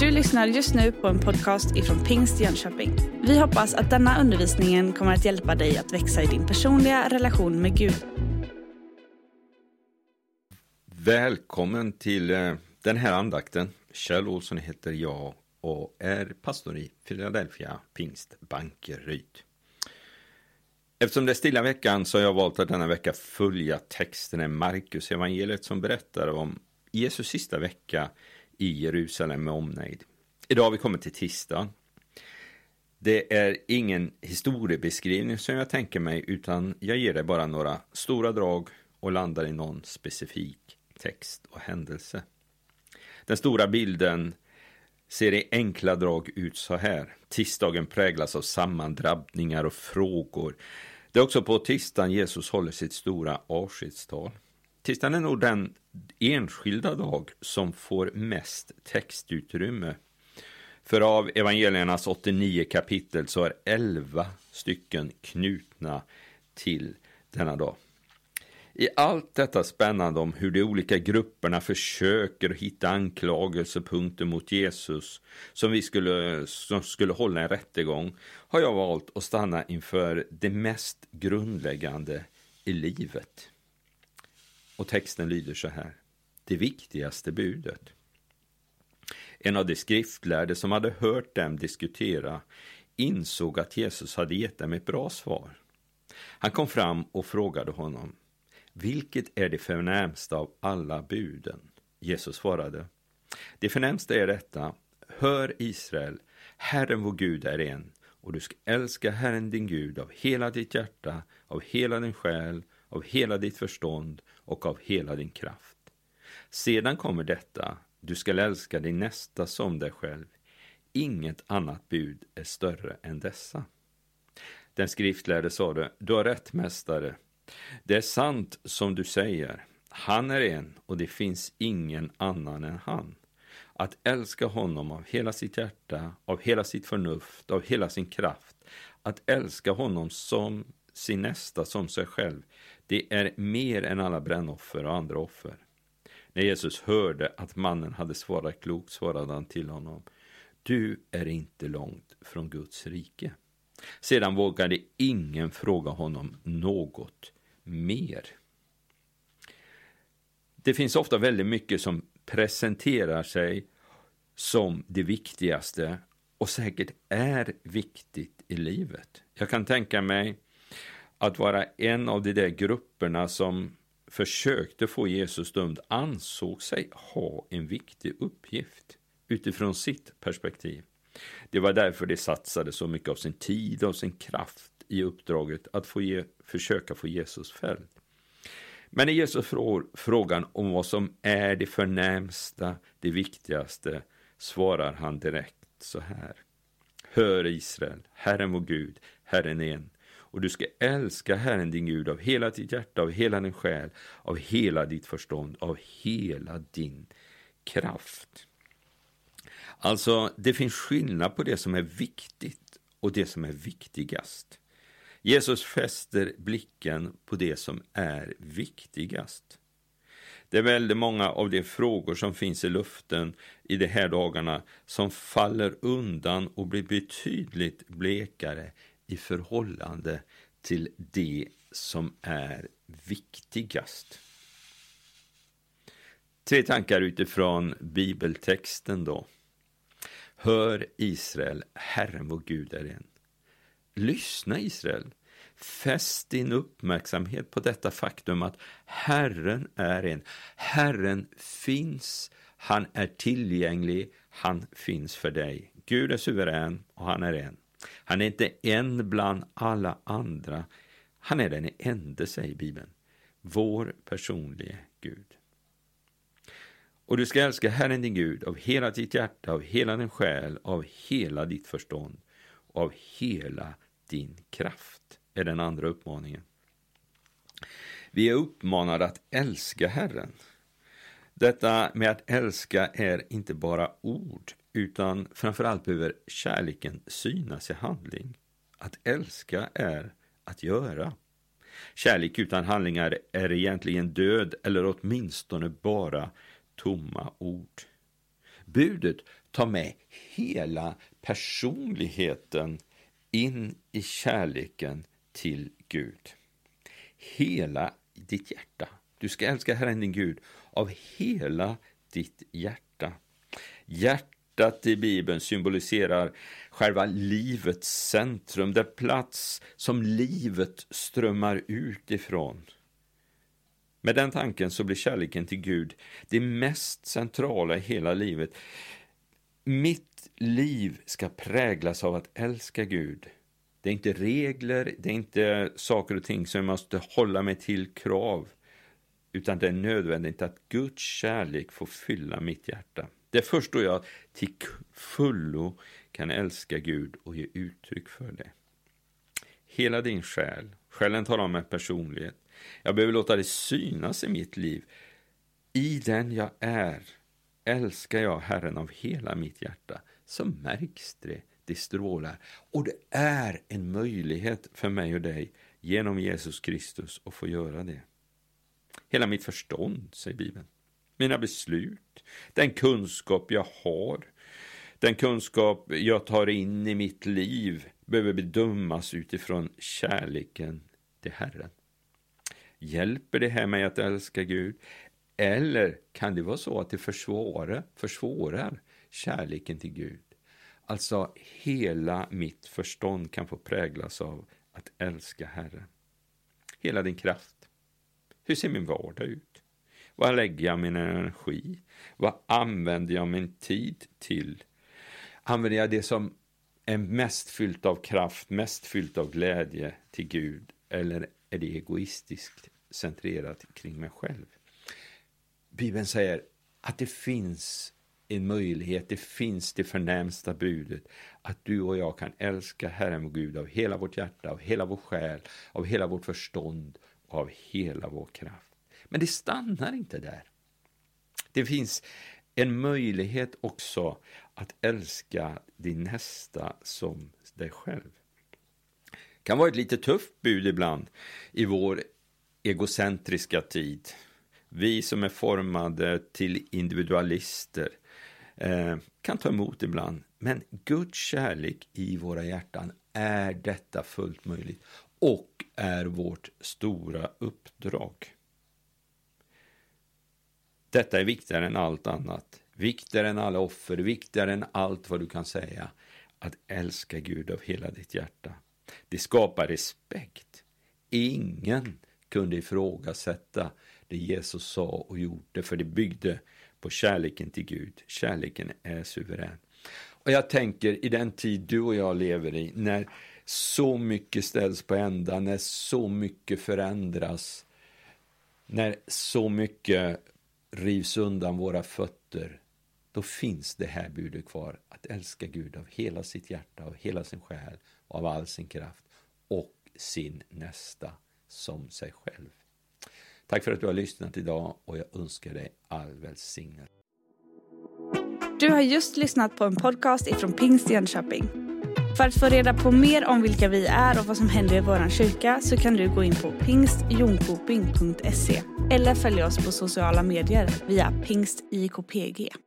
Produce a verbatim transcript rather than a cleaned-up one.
Du lyssnar just nu på en podcast ifrån Pingst Jönköping. Vi hoppas att denna undervisning kommer att hjälpa dig att växa i din personliga relation med Gud. Välkommen till den här andakten. Kjell Olsson heter jag och är pastor i Philadelphia Pingst Bankeryd. Eftersom det är stilla veckan så har jag valt att denna vecka följa texten i Markus evangeliet som berättar om Jesus sista vecka i Jerusalem med omnejd. Idag har vi kommit till tisdag. Det är ingen historiebeskrivning som jag tänker mig, utan jag ger dig bara några stora drag och landar i någon specifik text och händelse. Den stora bilden ser i enkla drag ut så här. Tisdagen präglas av sammandrabbningar och frågor. Det är också på tisdagen Jesus håller sitt stora avskedstal. Tisdagen är nog den enskilda dag som får mest textutrymme. För av evangeliernas åttionio kapitel så är elva stycken knutna till denna dag. I allt detta spännande om hur de olika grupperna försöker hitta anklagelsepunkter mot Jesus som vi skulle, som skulle hålla en rättegång, har jag valt att stanna inför det mest grundläggande i livet. Och texten lyder så här: det viktigaste budet. En av de skriftlärde som hade hört dem diskutera insåg att Jesus hade gett dem ett bra svar. Han kom fram och frågade honom: vilket är det förnämsta av alla buden? Jesus svarade: det förnämsta är detta: hör Israel, Herren vår Gud är en, och du ska älska Herren din Gud av hela ditt hjärta, av hela din själ, av hela ditt förstånd och av hela din kraft. Sedan kommer detta: du ska älska din nästa som dig själv. Inget annat bud är större än dessa. Den skriftlärde sa det: du har rätt, mästare. Det är sant som du säger. Han är en och det finns ingen annan än han. Att älska honom av hela sitt hjärta, av hela sitt förnuft, av hela sin kraft. Att älska honom som sin nästa som sig själv. Det är mer än alla brännoffer och andra offer. När Jesus hörde att mannen hade svarat klokt svarade han till honom: du är inte långt från Guds rike. Sedan vågade ingen fråga honom något mer. Det finns ofta väldigt mycket som presenterar sig som det viktigaste och säkert är viktigt i livet. Jag kan tänka mig att vara en av de där grupperna som försökte få Jesus dömd ansåg sig ha en viktig uppgift utifrån sitt perspektiv. Det var därför de satsade så mycket av sin tid och sin kraft i uppdraget att få ge, försöka få Jesus fälld. Men när Jesus får frågan om vad som är det förnämsta, det viktigaste, svarar han direkt så här: hör Israel, Herren vår Gud, Herren är en. Och du ska älska Herren din Gud av hela ditt hjärta, av hela din själ, av hela ditt förstånd, av hela din kraft. Alltså, det finns skillnad på det som är viktigt och det som är viktigast. Jesus fäster blicken på det som är viktigast. Det är väldigt många av de frågor som finns i luften i de här dagarna som faller undan och blir betydligt blekare i förhållande till det som är viktigast. Tre tankar utifrån bibeltexten då. Hör Israel, Herren vår Gud är en. Lyssna Israel, fäst din uppmärksamhet på detta faktum att Herren är en. Herren finns, han är tillgänglig, han finns för dig. Gud är suverän och han är en. Han är inte en bland alla andra. Han är den enda, säger Bibeln. Vår personliga Gud. Och du ska älska Herren din Gud av hela ditt hjärta, av hela din själ, av hela ditt förstånd, av hela din kraft, är den andra uppmaningen. Vi är uppmanade att älska Herren. Detta med att älska är inte bara ord, utan framförallt behöver kärleken synas i handling. Att älska är att göra. Kärlek utan handlingar är egentligen död, eller åtminstone bara tomma ord. budet tar med hela personligheten in i kärleken till Gud. Hela ditt hjärta. Du ska älska Herren din Gud av hela ditt hjärta. Hjärtat i Bibeln symboliserar själva livets centrum, där plats som livet strömmar ut ifrån. Med den tanken så blir kärleken till Gud det mest centrala i hela livet. Mitt liv ska präglas av att älska Gud. Det är inte regler, det är inte saker och ting som jag måste hålla mig till krav. Utan det är nödvändigt att Guds kärlek får fylla mitt hjärta. Det är först då jag till fullo kan älska Gud och ge uttryck för det. Hela din själ, själen talar om en personlighet. Jag behöver låta det synas i mitt liv. I den jag är älskar jag Herren av hela mitt hjärta. Så märks det, det strålar. Och det är en möjlighet för mig och dig genom Jesus Kristus att få göra det. Hela mitt förstånd, säger Bibeln. Mina beslut, den kunskap jag har, den kunskap jag tar in i mitt liv behöver bedömas utifrån kärleken till Herren. Hjälper det här mig att älska Gud? Eller kan det vara så att det försvårar, försvårar kärleken till Gud? Alltså hela mitt förstånd kan få präglas av att älska Herren. Hela din kraft. Hur ser min vardag ut? Vad lägger jag min energi? Vad använder jag min tid till? Använder jag det som är mest fyllt av kraft, mest fyllt av glädje till Gud? Eller är det egoistiskt centrerat kring mig själv? Bibeln säger att det finns en möjlighet, det finns det förnämsta budet, att du och jag kan älska Herren och Gud av hela vårt hjärta, av hela vår själ, av hela vårt förstånd och av hela vår kraft. Men det stannar inte där. Det finns en möjlighet också att älska din nästa som dig själv. Det kan vara ett lite tufft bud ibland i vår egocentriska tid. Vi som är formade till individualister eh, kan ta emot ibland. Men Guds kärlek i våra hjärtan är detta fullt möjligt och är vårt stora uppdrag. Detta är viktigare än allt annat. Viktigare än alla offer, viktigare än allt vad du kan säga. Att älska Gud av hela ditt hjärta. Det skapar respekt. Ingen kunde ifrågasätta det Jesus sa och gjorde, för det byggde på kärleken till Gud. Kärleken är suverän. Och jag tänker i den tid du och jag lever i, när så mycket ställs på ända, när så mycket förändras, när så mycket rivs undan våra fötter, då finns det här budet kvar, att älska Gud av hela sitt hjärta, av hela sin själ, av all sin kraft och sin nästa som sig själv. Tack för att du har lyssnat idag och jag önskar dig all välsignelse. Du har just lyssnat på en podcast ifrån Pingst Jönköping. För att få reda på mer om vilka vi är och vad som händer i våran kyrka så kan du gå in på pingst jonkoping punkt se eller följa oss på sociala medier via pingst I K P G.